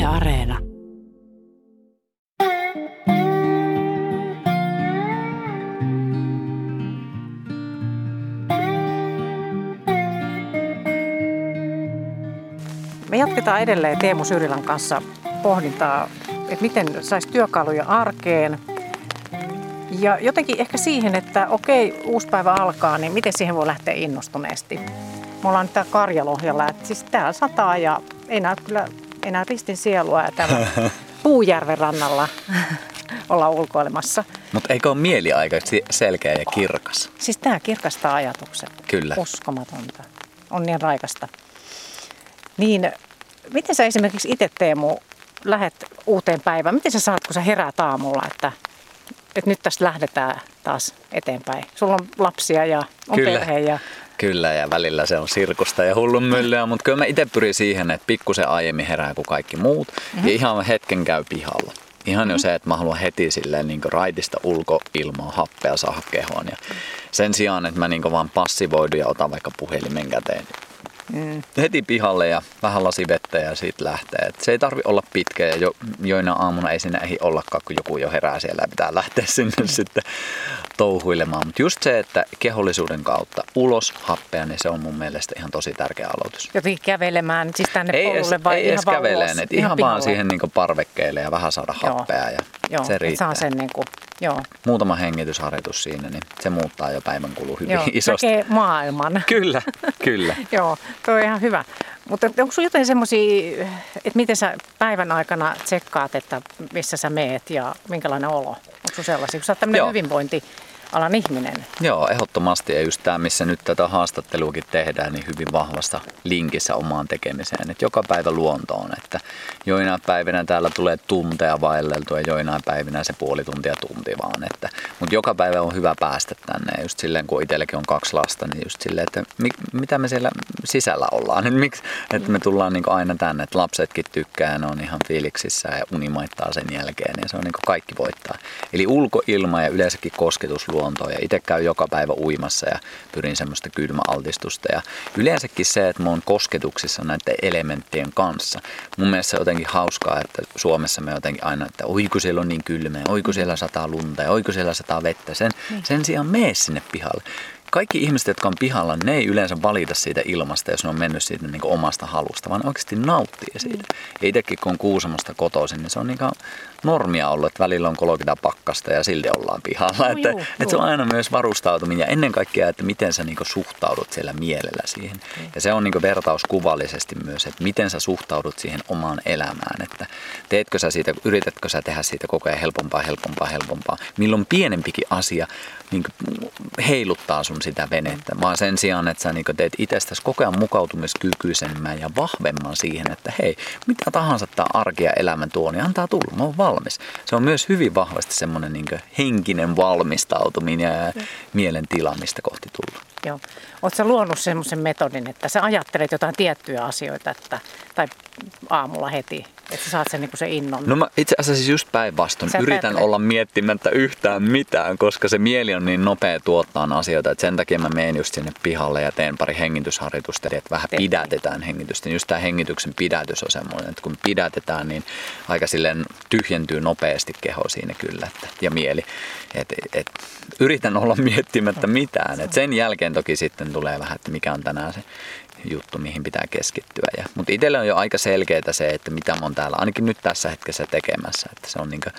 Areena. Me jatketaan edelleen Teemu Syrilän kanssa pohdintaa, että miten saisi työkaluja arkeen. Ja jotenkin ehkä siihen, että okei, uusi päivä alkaa, niin miten siihen voi lähteä innostuneesti. Me ollaan nyt täällä Karjalohjalla, että siis täällä sataa ja ei näy kyllä enää ristin sielua ja täällä Puujärven rannalla ollaan ulkoilemassa. Mutta eikö ole mieli aika selkeä ja kirkas? Siis tää kirkastaa ajatukset. Kyllä. Uskomatonta. On niin raikasta. Niin, miten sä esimerkiksi itse, Teemu, lähet uuteen päivään? Miten sä saat, kun sä heräät aamulla, että nyt tästä lähdetään taas eteenpäin? Sulla on lapsia ja on perhe ja... Kyllä, ja välillä se on sirkusta ja hullunmyllyä, mutta kyllä mä itse pyrin siihen, että pikkusen aiemmin herää kuin kaikki muut. Ja ihan hetken käy pihalla. Ihan jo se, että mä haluan heti silleen niin raitista ulkoilmaa, happea saada kehoon. Ja sen sijaan, että mä niin vaan passivoidun ja otan vaikka puhelimen käteen. Heti pihalle ja vähän lasi vettä ja siitä lähtee. Et se ei tarvi olla pitkä ja joina aamuna ei siinä ehdi ollakaan, kun joku jo herää siellä ja pitää lähteä sinne sitten touhuilemaan. Mutta just se, että kehollisuuden kautta ulos happea, niin se on mun mielestä ihan tosi tärkeä aloitus. Jotenkin kävelemään siis tänne polulle vai ei ihan edes vaan käveleen, ulos? ihan vaan siihen niinku parvekkeelle ja vähän saada happea ja se riittää. Saa sen niinku, joo. Muutama hengitysharjoitus siinä, niin se muuttaa jo päivän kulun hyvin isosti. Näkee maailman. Kyllä. Joo, tuo on ihan hyvä. Mutta onko sinulla jotain semmoisia, että miten sä päivän aikana tsekkaat, että missä sä meet ja minkälainen olo? Onko sinulla sellaisia, kun sä oot tämmöinen hyvinvointialan ihminen? Joo, ehdottomasti. Ja just tämä, missä nyt tätä haastatteluakin tehdään, niin hyvin vahvasta linkissä omaan tekemiseen. Että joka päivä luontoon. Että joina päivinä täällä tulee tunteja vaelleltua ja joina päivinä se puoli tuntia tunti vaan. Mutta joka päivä on hyvä päästä tänne. Ja just silleen, kun itselläkin on 2 lasta, niin just silleen, että mitä me siellä sisällä ollaan. Että me tullaan niinku aina tänne, että lapsetkin tykkää, ne on ihan fiiliksissä ja unimaittaa sen jälkeen. Ja se on niinku kaikki voittaa. Eli ulkoilma ja yleensäkin kosketus luontoon. Ja itse käyn joka päivä uimassa ja pyrin semmoista kylmäaltistusta. Ja yleensäkin se, että mä oon kosketuksissa näiden elementtien kanssa. Mun mielestä se on jotenkin hauskaa, että Suomessa me jotenkin aina, että oi kun siellä on niin kylmä, oi kun siellä sataa lunta ja oi kun siellä sataa vettä. Sen sijaan mene sinne pihalle. Kaikki ihmiset, jotka on pihalla, ne ei yleensä valita siitä ilmasta, jos ne on mennyt siitä niin kuin omasta halusta, vaan oikeasti nauttii siitä. Ja itsekin kun on Kuusamosta kotoisin, niin se on niin kuin normia ollut, että välillä on 30 pakkasta ja silti ollaan pihalla. Että se on aina myös varustautuminen ja ennen kaikkea, että miten sä niin kuin suhtaudut siellä mielellä siihen. Ja se on niin kuin vertauskuvallisesti myös, että miten sä suhtaudut siihen omaan elämään. Että teetkö sä siitä, yritätkö sä tehdä siitä koko ajan helpompaa. Milloin pienempikin asia niin kuin heiluttaa sun sitä venettä, vaan sen sijaan, että sä niinku teet itsestäsi koko ajan mukautumiskykyisemmän ja vahvemman siihen, että hei, mitä tahansa tämä arki ja elämän tuo, niin antaa tulla, mä oon valmis. Se on myös hyvin vahvasti semmoinen niinku henkinen valmistautuminen ja mielen tila, mistä kohti tulla. Joo. Oletko sä luonut semmoisen metodin, että sä ajattelet jotain tiettyjä asioita, tai aamulla heti, että sä saat sen, niin kuin se innon? No mä itse asiassa just päinvastoin yritän olla miettimättä yhtään mitään, koska se mieli on niin nopea tuottaa asioita, että sen takia mä menen just sinne pihalle ja teen pari hengitysharjoitusta, että vähän pidätetään hengitystä. Just tämä hengityksen pidätys on semmoinen, että kun pidätetään, niin aika silleen tyhjentyy nopeasti keho siinä kyllä ja mieli. Et yritän olla miettimättä mitään. Et sen jälkeen toki sitten tulee vähän, että mikä on tänään se juttu, mihin pitää keskittyä. Mutta itselle on jo aika selkeää se, että mitä mä oon täällä ainakin nyt tässä hetkessä tekemässä. Että se on niinku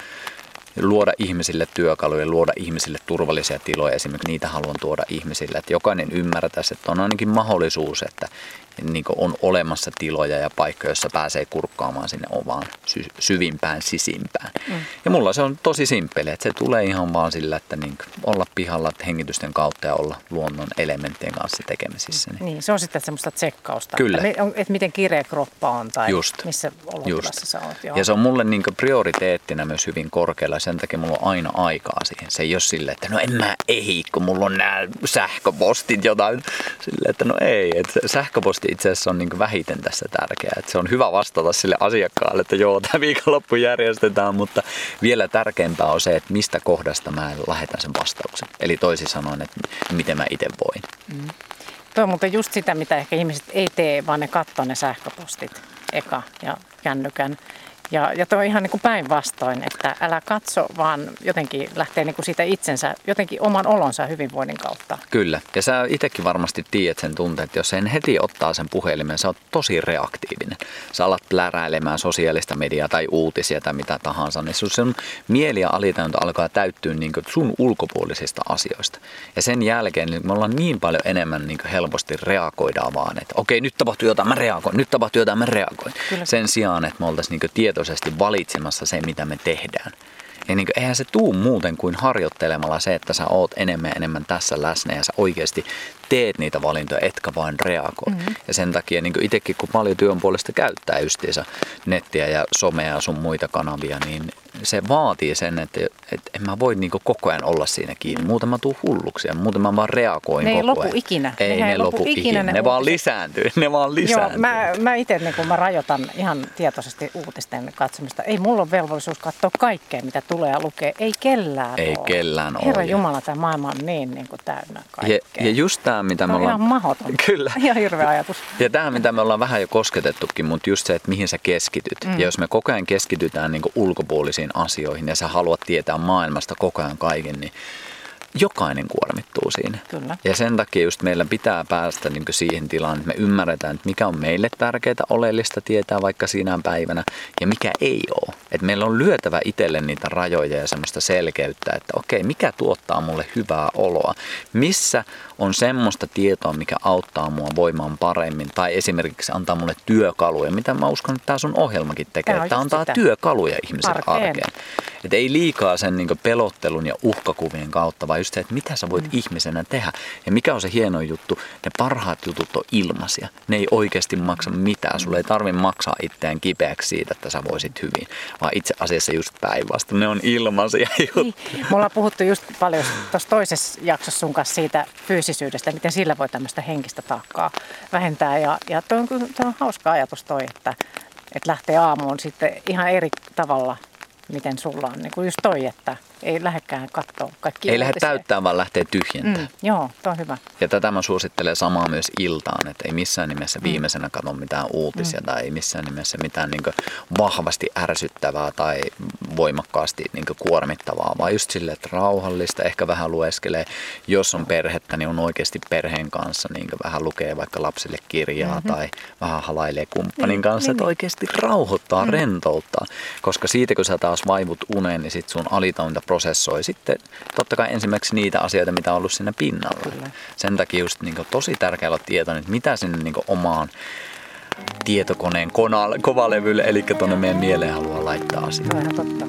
luoda ihmisille työkaluja, luoda ihmisille turvallisia tiloja. Esimerkiksi niitä haluan tuoda ihmisille, että jokainen ymmärtäisi, että on ainakin mahdollisuus, että niin on olemassa tiloja ja paikkoja, joissa pääsee kurkkaamaan sinne ovaan syvimpään, sisimpään. Ja mulla se on tosi simppeli, että se tulee ihan vaan sillä, että niin olla pihalla hengitysten kautta ja olla luonnon elementtien kanssa tekemisissä. Niin, se on sitten semmoista tsekkausta, kyllä. Että miten kireä kroppa on tai missä olotilassa sä oot. Joo. Ja se on mulle niin prioriteettina myös hyvin korkealla, sen takia mulla on aina aikaa siihen. Se ei ole silleen, että no en mä ehdi, kun mulla on nämä sähköpostit jotain. Silleen, että no ei, että sähköposti itse asiassa on niin vähiten tässä tärkeää. Että se on hyvä vastata sille asiakkaalle, että joo, tämä viikonloppu järjestetään, mutta vielä tärkeämpää on se, että mistä kohdasta mä lähetän sen vastauksen. Eli toisin sanoen, että miten mä itse voin. Tuo on muuten just sitä, mitä ehkä ihmiset ei tee, vaan ne katsoo ne sähköpostit eka ja kännykän. Ja tuo on ihan niin kuin päinvastoin, että älä katso, vaan jotenkin lähtee niin kuin siitä itsensä, jotenkin oman olonsa hyvinvoinnin kautta. Kyllä. Ja sä itsekin varmasti tiedät sen tunteen, että jos sen heti ottaa sen puhelimen, sä oot tosi reaktiivinen. Sä alat pläräilemään sosiaalista mediaa tai uutisia tai mitä tahansa, niin sun mieli ja alitajunta alkaa täyttyä niin kuin sun ulkopuolisista asioista. Ja sen jälkeen niin me ollaan niin paljon enemmän niin kuin helposti reagoidaan vaan, että okei, nyt tapahtuu jotain, mä reagoin, nyt tapahtuu jotain, mä reagoin. Kyllä. Sen sijaan, että me oltaisiin niin tietoisesti valitsemassa se, mitä me tehdään. Ja niin kuin, eihän se tuu muuten kuin harjoittelemalla se, että sä oot enemmän ja enemmän tässä läsnä ja sä oikeasti teet niitä valintoja, etkä vain reagoi. Ja sen takia niin itsekin, kun paljon työn puolesta käyttää justiinsa nettiä ja somea ja sun muita kanavia, niin se vaatii sen, että en mä voi niin koko ajan olla siinä kiinni. Muuten mä tuun hulluksi ja muuten mä vaan reagoin koko ajan. Ne ei lopu ikinä. Ei ne lopu ikinä. Ne vaan lisääntyy. Joo, mä itse niin mä rajoitan ihan tietoisesti uutisten katsomista. Ei mulla ole velvollisuus katsoa kaikkea, mitä tulee ja lukee. Ei kellään Ei ole. Kellään ole. Herra Jumala, tämä maailma on niin kuin täynnä kaikkea. Ja just tämä, mitä me ollaan... ihan mahdoton. Kyllä. Ihan hirveä ajatus. Ja tämä, mitä me ollaan vähän jo kosketettukin, mutta just se, että mihin sä keskityt. Ja jos me koko ajan keskitytään niin kuin ulkopuolisiin asioihin ja sä haluat tietää maailmasta koko ajan kaiken, niin jokainen kuormittuu siinä. Kyllä. Ja sen takia just meillä pitää päästä niin kuin siihen tilaan, että me ymmärretään, että mikä on meille tärkeää, oleellista tietää vaikka siinä päivänä ja mikä ei ole. Että meillä on lyötävä itselle niitä rajoja ja semmoista selkeyttä, että okei, mikä tuottaa mulle hyvää oloa. Missä on semmoista tietoa, mikä auttaa mua voimaan paremmin tai esimerkiksi antaa mulle työkaluja, mitä mä uskon, että tämä sun ohjelmakin tekee, että antaa työkaluja ihmisen arkeen. Että ei liikaa sen niin kuin pelottelun ja uhkakuvien kautta, vaan just se, että mitä sä voit ihmisenä tehdä. Ja mikä on se hieno juttu, ne parhaat jutut on ilmaisia. Ne ei oikeasti maksa mitään. Sulle ei tarvitse maksaa itseään kipeäksi siitä, että sä voisit hyvin. Vaan itse asiassa just päinvastoin. Ne on ilmaisia juttuja. Niin. Me ollaan puhuttu just paljon tuossa toisessa jaksossa sun kanssa siitä fyysisyydestä, miten sillä voi tämmöistä henkistä taakkaa vähentää. Ja toi on hauska ajatus toi, että lähtee aamuun sitten ihan eri tavalla, miten sulla on. Niin kuin just toi, että ei lähdekään katsoa kaikki ei lähde täyttää, vaan lähtee tyhjentämään. Joo, tuo on hyvä. Ja tätä mä suosittelen samaa myös iltaan, että ei missään nimessä viimeisenä katso mitään uutisia tai ei missään nimessä mitään niin kuin vahvasti ärsyttävää tai voimakkaasti niin kuin kuormittavaa, vaan just silleen, että rauhallista, ehkä vähän lueskelee. Jos on perhettä, niin on oikeasti perheen kanssa niin kuin vähän lukee vaikka lapsille kirjaa tai vähän halailee kumppanin kanssa, että oikeasti rauhoittaa, rentouttaa. Koska siitä, kun sä taas vaivut uneen, niin sit sun alitajunta prosessoi sitten totta kai ensimmäiseksi niitä asioita, mitä on ollut siinä pinnalla. Kyllä. Sen takia just niin kuin tosi tärkeää olla tietoinen, että mitä sinne niin kuin omaan tietokoneen kovalevylle, eli tuonne meidän mieleen haluaa laittaa asioita. Ihan totta.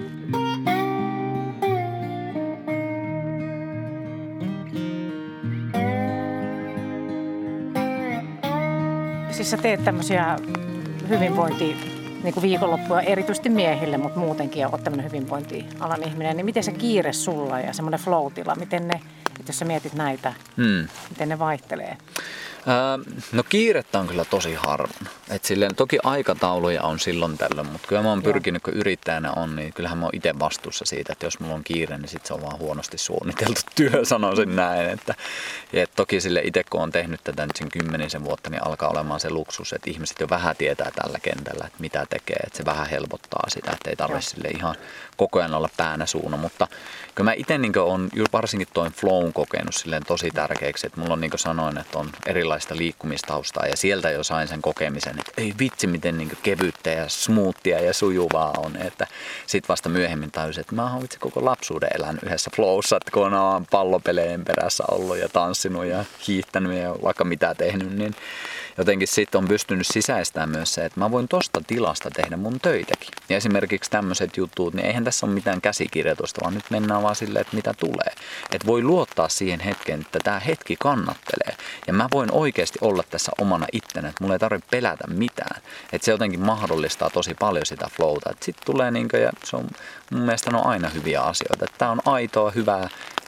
Siis sä teet tämmöisiä niin kuin viikonloppua erityisesti miehille, mutta muutenkin ja olet tämmöinen hyvinvointialan ihminen, niin miten se kiire sulla ja semmoinen flow-tila, miten ne, jos sä mietit näitä, miten ne vaihtelee? No kiirettä on kyllä tosi harvoin. Et silleen, toki aikatauluja on silloin tällöin, mutta kyllä mä oon pyrkinyt, kun yrittäjänä on, niin kyllähän mä oon itse vastuussa siitä, että jos mulla on kiire, niin sit se on vaan huonosti suunniteltu työ, sanoisin näin. Että toki sille itse, kun on tehnyt tätä nyt sen 10 vuotta, niin alkaa olemaan se luksus, että ihmiset jo vähän tietää tällä kentällä, että mitä tekee, että se vähän helpottaa sitä, että ei tarvitse sille ihan koko ajan olla päänä suuna, mutta kyllä mä itse niin on varsinkin toin flown kokenut silleen tosi tärkeäksi, että mulla on niin kuin sanoin, että on erilaista liikkumistaustaa ja sieltä jo sain sen kokemisen, että ei vitsi miten niin kevyttä ja smoothia ja sujuvaa on, että sit vasta myöhemmin tajusin, että mä oon itse koko lapsuuden elänyt yhdessä flowssa, että kun on pallopelejen perässä ollut ja tanssinut ja hiihtänyt ja vaikka mitä tehnyt, niin jotenkin sitten on pystynyt sisäistämään myös se, että mä voin tosta tilasta tehdä mun töitäkin. Ja esimerkiksi tämmöiset jutut, niin eihän tässä ole mitään käsikirjoitusta, vaan nyt mennään vaan silleen, että mitä tulee. Että voi luottaa siihen hetkeen, että tämä hetki kannattelee. Ja mä voin oikeasti olla tässä omana ittenä, että mulla ei tarvitse pelätä mitään. Että se jotenkin mahdollistaa tosi paljon sitä flowta. Että sitten tulee ja se on mun mielestä on aina hyviä asioita. Että tää on aitoa, hyvää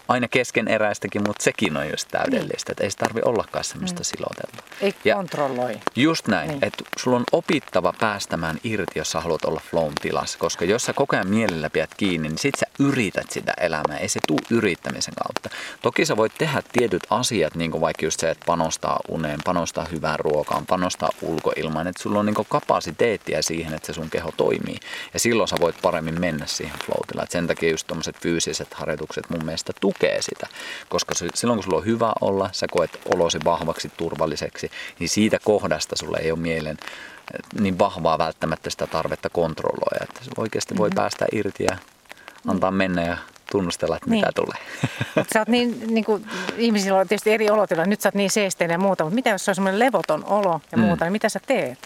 aina keskeneräistäkin, mutta sekin on just täydellistä. Että ei se tarvitse ollakaan semmoista siloteltua. Ei kontrolloi. Just näin, että sulla on opittava päästämään irti, jos sä haluat olla flown tilassa. Koska jos sä koko ajan mielellä pidät kiinni, niin sit sä yrität sitä elämää. Ei se tule yrittämisen kautta. Toki sä voit tehdä tietyt asiat, niin kuin vaikka just se, että panostaa uneen, panostaa hyvään ruokaan, panostaa ulkoilmaan. Että sulla on niin kuin kapasiteettia siihen, että se sun keho toimii. Ja silloin sä voit paremmin mennä siihen flow-tilaan. Sen takia just tommoset fyysiset harjoitukset mun mielestä tukee sitä. Koska silloin kun sulla on hyvä olla, sä koet olosi vahvaksi, turvalliseksi, niin siitä kohdasta sulle ei ole mielen niin vahvaa välttämättä sitä tarvetta kontrolloida. Että oikeasti voi päästä irti ja antaa mennä ja tunnustella, että mitä tulee. Mutta sä oot niin kuin, ihmisillä on tietysti eri olotila. Nyt sä oot niin seesteinen ja muuta, mutta mitä jos se on semmoinen levoton olo ja muuta, niin mitä sä teet?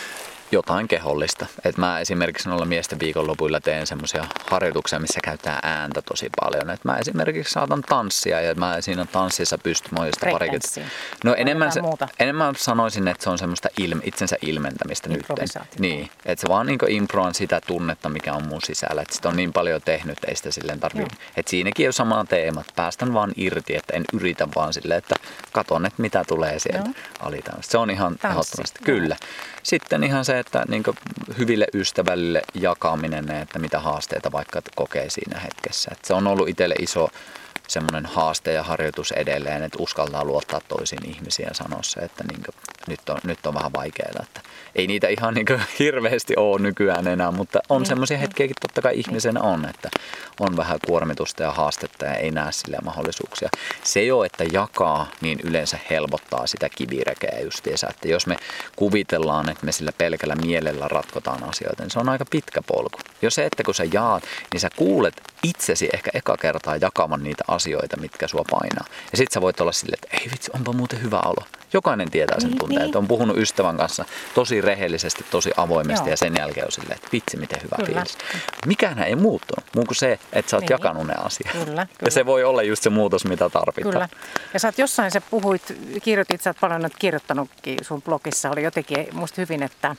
Jotain kehollista. Et mä esimerkiksi noilla miesten viikonlopuilla teen semmoisia harjoituksia, missä käytetään ääntä tosi paljon. Et mä esimerkiksi saatan tanssia ja mä siinä tanssissa pystyn sitä parikin. No enemmän sanoisin, että se on semmoista itsensä ilmentämistä nyt. Niin, että se vaan niinku improan sitä tunnetta, mikä on mun sisällä. Että sitä on niin paljon tehnyt, ei sitä silleen tarvitse. Että siinäkin on sama teema, että päästän vaan irti, että en yritä vaan silleen, että katon, että mitä tulee sieltä alitanssista. Se on ihan ehdottomasti. Kyllä. Sitten ihan se, että niin hyville ystäville jakaminen, että mitä haasteita vaikka kokee siinä hetkessä. Että se on ollut itselle iso semmoinen haaste ja harjoitus edelleen, että uskaltaa luottaa toisiin ihmisiin ja sanoa se, että niin nyt on vähän vaikeaa. Että ei niitä ihan niin hirveästi ole nykyään enää, mutta on semmoisia hetkiäkin totta kai ihmisenä on, että on vähän kuormitusta ja haastetta ja ei näe sille mahdollisuuksia. Se jo, että jakaa, niin yleensä helpottaa sitä kivirekeä justiinsa, että jos me kuvitellaan, että me sillä pelkällä mielellä ratkotaan asioita, niin se on aika pitkä polku. Jo se, että kun sä jaat, niin sä kuulet itsesi ehkä eka kertaa jakavan niitä asioita, mitkä sua painaa. Ja sit sä voit olla silleen, että ei vitsi, onpa muuten hyvä olo. Jokainen tietää sen tunteen, että on puhunut ystävän kanssa tosi rehellisesti, tosi avoimesti ja sen jälkeen on silleen, että vitsi, miten hyvä fiilis. Mikään ei muuttunut, muun kuin se, että sä oot jakanut ne asiat. Kyllä. Ja se voi olla just se muutos, mitä tarvitaan. Kyllä. Ja sä oot jossain, sä kirjoitit, sä oot paljon kirjoittanutkin sun blogissa, oli jotenkin musta hyvin, että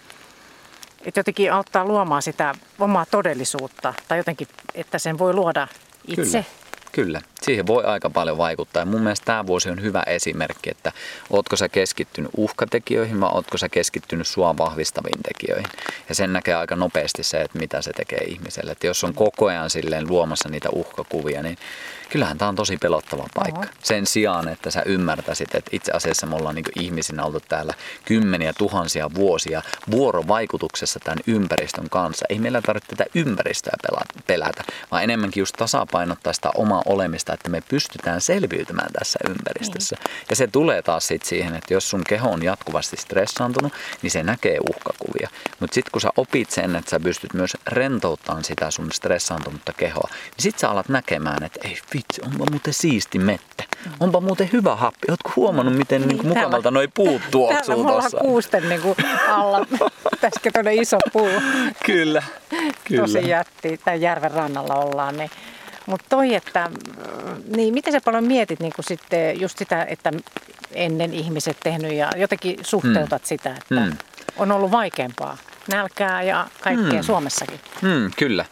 jotenkin auttaa luomaan sitä omaa todellisuutta tai jotenkin, että sen voi luoda itse. Kyllä, siihen voi aika paljon vaikuttaa ja mun mielestä tämä vuosi on hyvä esimerkki, että ootko sä keskittynyt uhkatekijöihin vai ootko sä keskittynyt sua vahvistaviin tekijöihin. Ja sen näkee aika nopeasti se, että mitä se tekee ihmiselle. Että jos on koko ajan silleen luomassa niitä uhkakuvia, niin kyllähän tämä on tosi pelottava paikka. Sen sijaan, että sä ymmärtäisit, että itse asiassa me ollaan niin kuin ihmisinä oltu täällä kymmeniä tuhansia vuosia vuorovaikutuksessa tämän ympäristön kanssa. Ei meillä tarvitse tätä ympäristöä pelätä, vaan enemmänkin just tasapainottaa sitä omaa olemista, että me pystytään selviytymään tässä ympäristössä. Ja se tulee taas sit siihen, että jos sun keho on jatkuvasti stressaantunut, niin se näkee uhkakuvia. Mutta sitten kun sä opit sen, että sä pystyt myös rentouttamaan sitä sun stressaantunutta kehoa, niin sit sä alat näkemään, että ei vitsi, onpa muuten siisti mettä. Onpa muuten hyvä happi. Ootko huomannut, miten niin mukavalta noi puut tuoksuu tuossa? Täällä me ollaan kuusten niin kuin alla. Tässäkin tuonne iso puu. Kyllä. Tosi jätti. Tai järven rannalla ollaan. Niin. Mutta toi, että niin miten sä paljon mietit niin kuin sitten just sitä, että ennen ihmiset tehnyt ja jotenkin suhteutat sitä, että on ollut vaikeampaa. Nälkää ja kaikkea Suomessakin. Kyllä.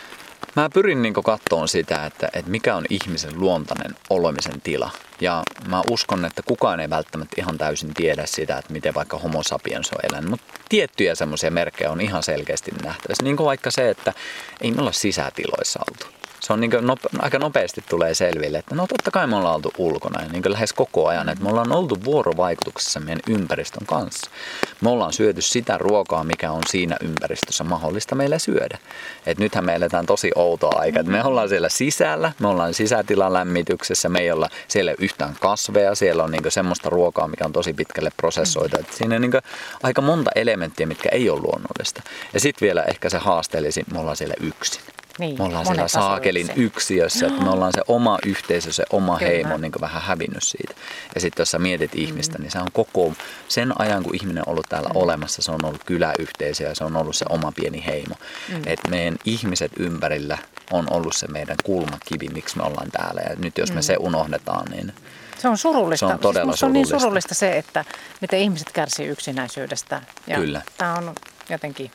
Mä pyrin niin katsomaan sitä, että mikä on ihmisen luontainen olemisen tila. Ja mä uskon, että kukaan ei välttämättä ihan täysin tiedä sitä, että miten vaikka homo sapiens on elänyt. Mutta tiettyjä semmoisia merkkejä on ihan selkeästi nähtävissä. Niin kuin vaikka se, että ei me olla sisätiloissa oltu. Se on aika nopeasti tulee selville, että no totta kai me ollaan oltu ulkona ja lähes koko ajan, että me ollaan oltu vuorovaikutuksessa meidän ympäristön kanssa. Me ollaan syöty sitä ruokaa, mikä on siinä ympäristössä mahdollista meille syödä. Et nythän me eletään tosi outoa aikaa, että me ollaan siellä sisällä, me ollaan sisätilan lämmityksessä, me ei olla siellä yhtään kasveja, siellä on semmoista ruokaa, mikä on tosi pitkälle prosessoitu. Et siinä on aika monta elementtiä, mitkä ei ole luonnollista. Ja sitten vielä ehkä se haasteellisin, me ollaan siellä yksin. Niin, me ollaan siellä saakelin yksiössä, että me ollaan se oma yhteisö, se oma heimo on vähän hävinnyt siitä. Ja sitten jos sä mietit ihmistä, niin se on koko sen ajan, kun ihminen on ollut täällä olemassa, se on ollut kyläyhteisö ja se on ollut se oma pieni heimo. Että meidän ihmiset ympärillä on ollut se meidän kulmakivi, miksi me ollaan täällä. Ja nyt jos me se unohdetaan, niin se on surullista. Se on todella surullista. Se on niin surullista se, että miten ihmiset kärsii yksinäisyydestä. Ja kyllä. Tämä on jotenkin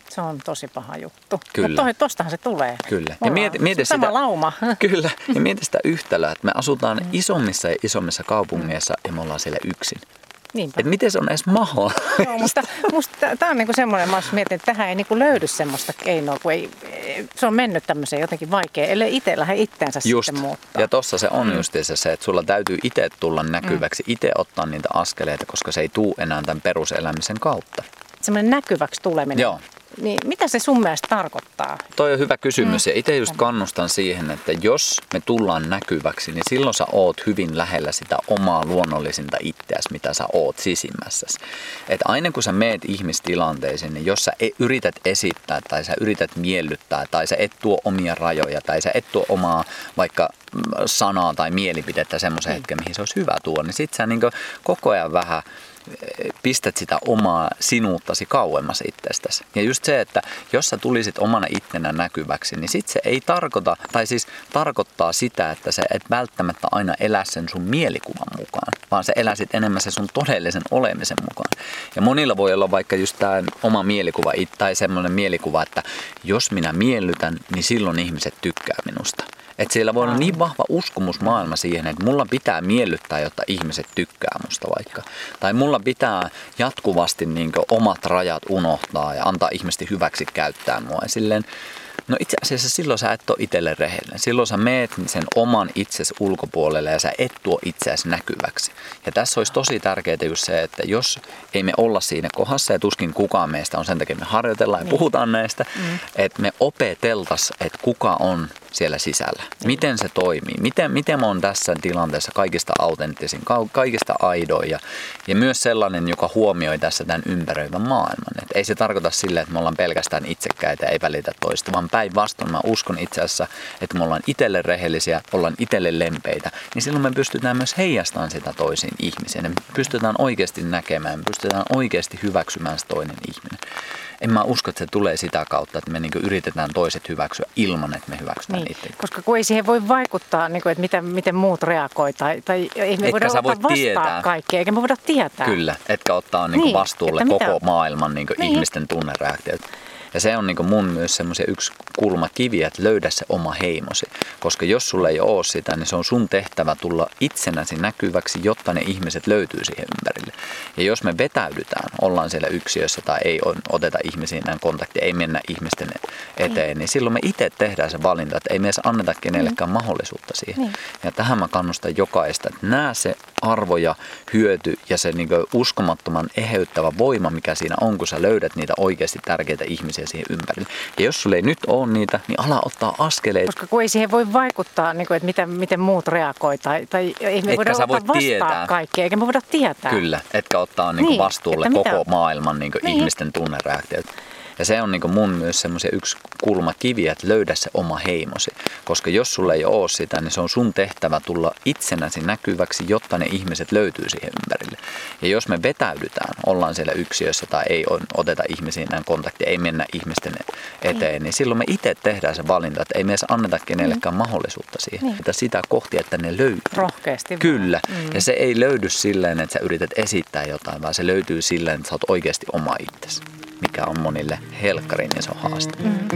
Se on tosi paha juttu. Kyllä. Mutta tostahan se tulee. Kyllä. Ja mieti sama sitä, lauma. Kyllä. Ja mieti sitä yhtälöä, että me asutaan isommissa ja isommissa kaupungeissa ja me ollaan siellä yksin. Niinpä. Että miten se on edes mahdollista? Joo, musta tämä on niinku semmoinen, mä mietin, että tähän ei niinku löydy semmoista keinoa, kun se on mennyt tämmöiseen jotenkin vaikea, ellei itse lähde itteensä sitten muuttaa. Ja tossa se on justiinsa se, että sulla täytyy itse tulla näkyväksi, itse ottaa niitä askeleita, koska se ei tule enää tämän peruselämisen kautta. Semmoinen näkyväksi tuleminen. Joo. Niin mitä se sun mielestä tarkoittaa? Toi on hyvä kysymys ja itse just kannustan siihen, että jos me tullaan näkyväksi, niin silloin sä oot hyvin lähellä sitä omaa luonnollisinta itseäsi, mitä sä oot sisimmässäsi. Että aina kun sä meet ihmistilanteisiin, niin jos sä yrität esittää tai sä yrität miellyttää tai sä et tuo omia rajoja tai sä et tuo omaa vaikka sanaa tai mielipidettä semmoisen hetken, mihin se olisi hyvä tuoda, niin sit sä niin koko ajan vähän pistät sitä omaa sinuuttasi kauemmas itsestäsi. Ja just se, että jos sä tulisit omana ittenä näkyväksi, niin sit se ei tarkoittaa sitä, että sä et välttämättä aina elä sen sun mielikuvan mukaan, vaan sä eläsit enemmän sen sun todellisen olemisen mukaan. Ja monilla voi olla vaikka just tää oma mielikuva tai semmoinen mielikuva, että jos minä miellytän, niin silloin ihmiset tykkää minusta. Että siellä voi olla niin vahva uskomusmaailma siihen, että mulla pitää miellyttää, jotta ihmiset tykkää musta vaikka. Tai mulla pitää jatkuvasti omat rajat unohtaa ja antaa ihmisten hyväksi käyttää mua. Ja silleen, no itse asiassa silloin sä et ole itselle rehellinen. Silloin sä meet sen oman itsesi ulkopuolelle ja sä et tuo itseäsi näkyväksi. Ja tässä olisi tosi tärkeää just se, että jos ei me olla siinä kohdassa ja tuskin kukaan meistä on, sen takia me harjoitellaan ja puhutaan näistä, että me opeteltaisiin, että kuka on siellä sisällä. Miten se toimii? Miten mä oon tässä tilanteessa kaikista autenttisin, kaikista aidoin ja myös sellainen, joka huomioi tässä tämän ympäröivän maailman. Et ei se tarkoita sille, että me ollaan pelkästään itsekkäitä ja ei välitä toista, vaan päinvastoin mä uskon itse asiassa, että me ollaan itselle rehellisiä, ollaan itselle lempeitä, niin silloin me pystytään myös heijastamaan sitä toisiin ihmisiin. Me pystytään oikeasti näkemään, me pystytään oikeasti hyväksymään se toinen ihminen. En mä usko, että se tulee sitä kautta, että me yritetään toiset hyväksyä ilman, että me hyväksytään itse. Koska kun ei siihen voi vaikuttaa, että miten muut reagoi tai ei me voida ottaa vastaan kaikkea, eikä me voida tietää. Kyllä, etkä ottaa vastuulle koko maailman ihmisten tunnereaktiot. Ja se on mun myös semmoisia yksi kulmakivi, että löydä se oma heimosi. Koska jos sulla ei ole sitä, niin se on sun tehtävä tulla itsenäsi näkyväksi, jotta ne ihmiset löytyy siihen ympärille. Ja jos me vetäydytään, ollaan siellä yksiössä tai ei oteta ihmisiin näin kontaktia, ei mennä ihmisten eteen, niin silloin me itse tehdään se valinta, että ei me edes anneta kenellekään mahdollisuutta siihen. Ja tähän mä kannustan jokaista, että näe se arvo ja hyöty ja se uskomattoman eheyttävä voima, mikä siinä on, kun sä löydät niitä oikeasti tärkeitä ihmisiä siihen ympärille. Ja jos sulla ei nyt ole niitä, niin ala ottaa askeleita. Koska kun ei siihen voi vaikuttaa, että miten muut reagoi tai ei me voida ottaa vastaan kaikkea, eikä me voida tietää. Kyllä, etkä ottaa vastuulle koko maailman ihmisten tunnereaktiot. Ja se on mun myös semmoisia yksi kulmakivi, että löydä se oma heimosi. Koska jos sulla ei ole sitä, niin se on sun tehtävä tulla itsenäsi näkyväksi, jotta ne ihmiset löytyy siihen ympärille. Ja jos me vetäydytään, ollaan siellä yksiössä tai ei oteta ihmisiin näin kontaktia, ei mennä ihmisten eteen, niin silloin me itse tehdään se valinta, että ei me edes anneta kenellekään mahdollisuutta siihen. Että sitä kohti, että ne löytyy. Rohkeasti. Kyllä. Ja se ei löydy silleen, että sä yrität esittää jotain, vaan se löytyy silleen, että sä oot oikeasti oma itsesi. Mikä on monille helkkarin iso haaste.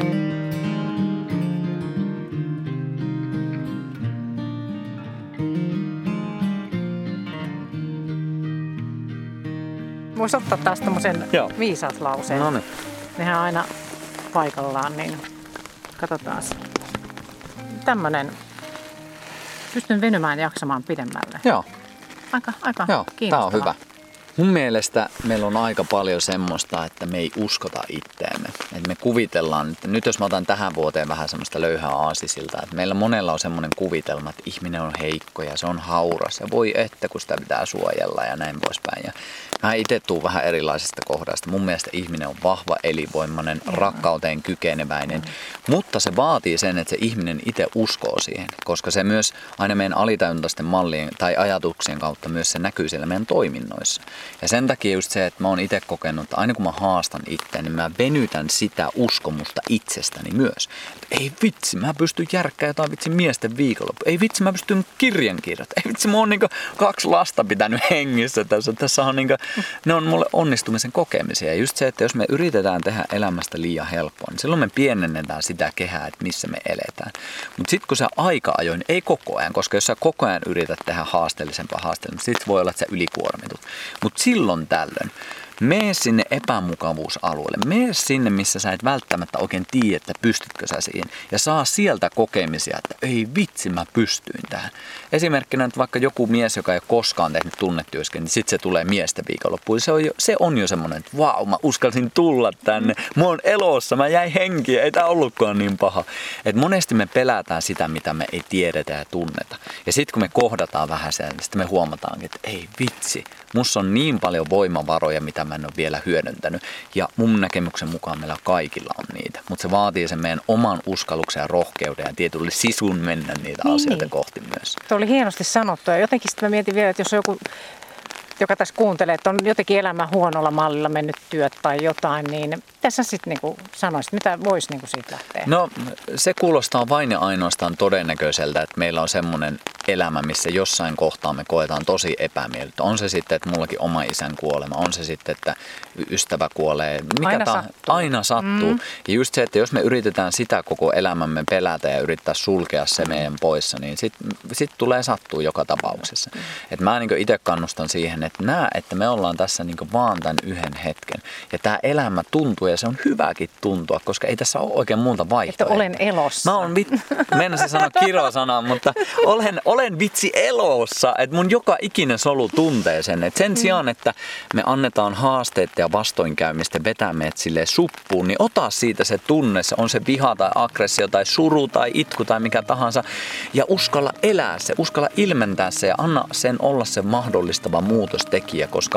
Voisi ottaa taas tämmöisen viisauslauseen. No niin. Nehän aina paikallaan, niin katsotaan. Tämmöinen. Pystyn venymään jaksamaan pidemmälle. Joo. Aika kiinnostavaa. Tämä on hyvä. Mun mielestä meillä on aika paljon semmoista, että me ei uskota itteemme. Että me kuvitellaan, että nyt jos mä otan tähän vuoteen vähän semmoista löyhää aasisilta, että meillä monella on semmoinen kuvitelma, että ihminen on heikko ja se on hauras ja voi että kun sitä pitää suojella ja näin poispäin. Ja mä itse tuun vähän erilaisesta kohdasta. Mun mielestä ihminen on vahva, elinvoimainen, rakkauteen kykeneväinen, mutta se vaatii sen, että se ihminen itse uskoo siihen, koska se myös aina meidän alitajuntaisten mallien tai ajatuksien kautta myös se näkyy siellä meidän toiminnoissa. Ja sen takia just se, että mä oon itse kokenut, että aina kun mä haastan itseäni, niin mä venytän sitä uskomusta itsestäni myös. Ei vitsi, mä pystyn järkkää jotain vitsi miesten viikonloppu. Ei vitsi, mä pystyn kirjankirjoittamaan. Ei vitsi, mä oon niinku 2 lasta pitänyt hengissä tässä. Tässä on niinku, ne on mulle onnistumisen kokemisia. Ja just se, että jos me yritetään tehdä elämästä liian helppoa, niin silloin me pienennetään sitä kehää, että missä me eletään. Mutta sitten kun sä aika ajoin, ei koko ajan, koska jos sä koko ajan yrität tehdä haasteellisempaa, sitten voi olla, että sä ylikuormitut. Mutta silloin tällöin, mene sinne epämukavuusalueelle. Mene sinne, missä sä et välttämättä oikein tiedä, että pystytkö sä siihen. Ja saa sieltä kokemisia, että ei vitsi, mä pystyin tähän. Esimerkkinä, että vaikka joku mies, joka ei ole koskaan tehnyt tunnetyöskentelyä, niin sitten se tulee miesten viikonloppuun. Se on jo semmoinen, että vau, mä uskalsin tulla tänne. Mä oon elossa, mä jäin henkiin, ei tää ollutkaan niin paha. Et monesti me pelätään sitä, mitä me ei tiedetä ja tunneta. Ja sitten kun me kohdataan vähän sen, niin sitten me huomataankin, että ei vitsi, musta on niin paljon voimavaroja, mitä mä en ole vielä hyödyntänyt. Ja mun näkemyksen mukaan meillä kaikilla on niitä. Mutta se vaatii sen meidän oman uskalluksen ja rohkeuden ja tietylle sisun mennä niitä asioita kohti myös. Tuo oli hienosti sanottu. Ja jotenkin sitten mä mietin vielä, että jos on joku, joka tässä kuuntelee, että on jotenkin elämä huonolla mallilla mennyt työt tai jotain, niin tässä sitten niinku sanoisit, mitä voisi niinku siitä lähteä? No se kuulostaa vain ja ainoastaan todennäköiseltä, että meillä on semmoinen elämä, missä jossain kohtaa me koetaan tosi epämiellyttä. On se sitten, että mullakin oma isän kuolema, on se sitten, että ystävä kuolee. Aina sattuu. Ja just se, että jos me yritetään sitä koko elämämme pelätä ja yrittää sulkea se meidän poissa, niin sit tulee sattua joka tapauksessa. Et mä niin itse kannustan siihen, että että me ollaan tässä niin vaan tämän yhden hetken. Ja tämä elämä tuntuu ja se on hyväkin tuntua, koska ei tässä ole oikein muuta vaihtoehtoa. Että olen elossa. Mä oon mennäisin sanoa kirosanaa, mutta olen vitsi elossa, että mun joka ikinen solu tuntee sen. Et sen sijaan, että me annetaan haasteet ja vastoinkäymistä vetää meidät silleen suppuun, niin ota siitä se tunne, se on se viha tai aggressio tai suru tai itku tai mikä tahansa. Ja uskalla elää se, uskalla ilmentää se ja anna sen olla se mahdollistava muutostekijä, koska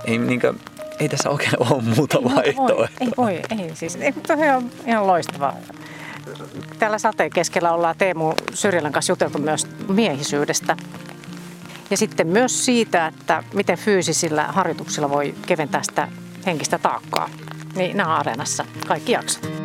ei tässä oikein ole muuta vaihtoehtoa. Ei siis. Tämä on ihan loistavaa. Täällä sateen keskellä ollaan Teemu Syrjälän kanssa juteltu myös miehisyydestä. Ja sitten myös siitä, että miten fyysisillä harjoituksilla voi keventää sitä henkistä taakkaa. Niin nämä on Areenassa kaikki jaksot.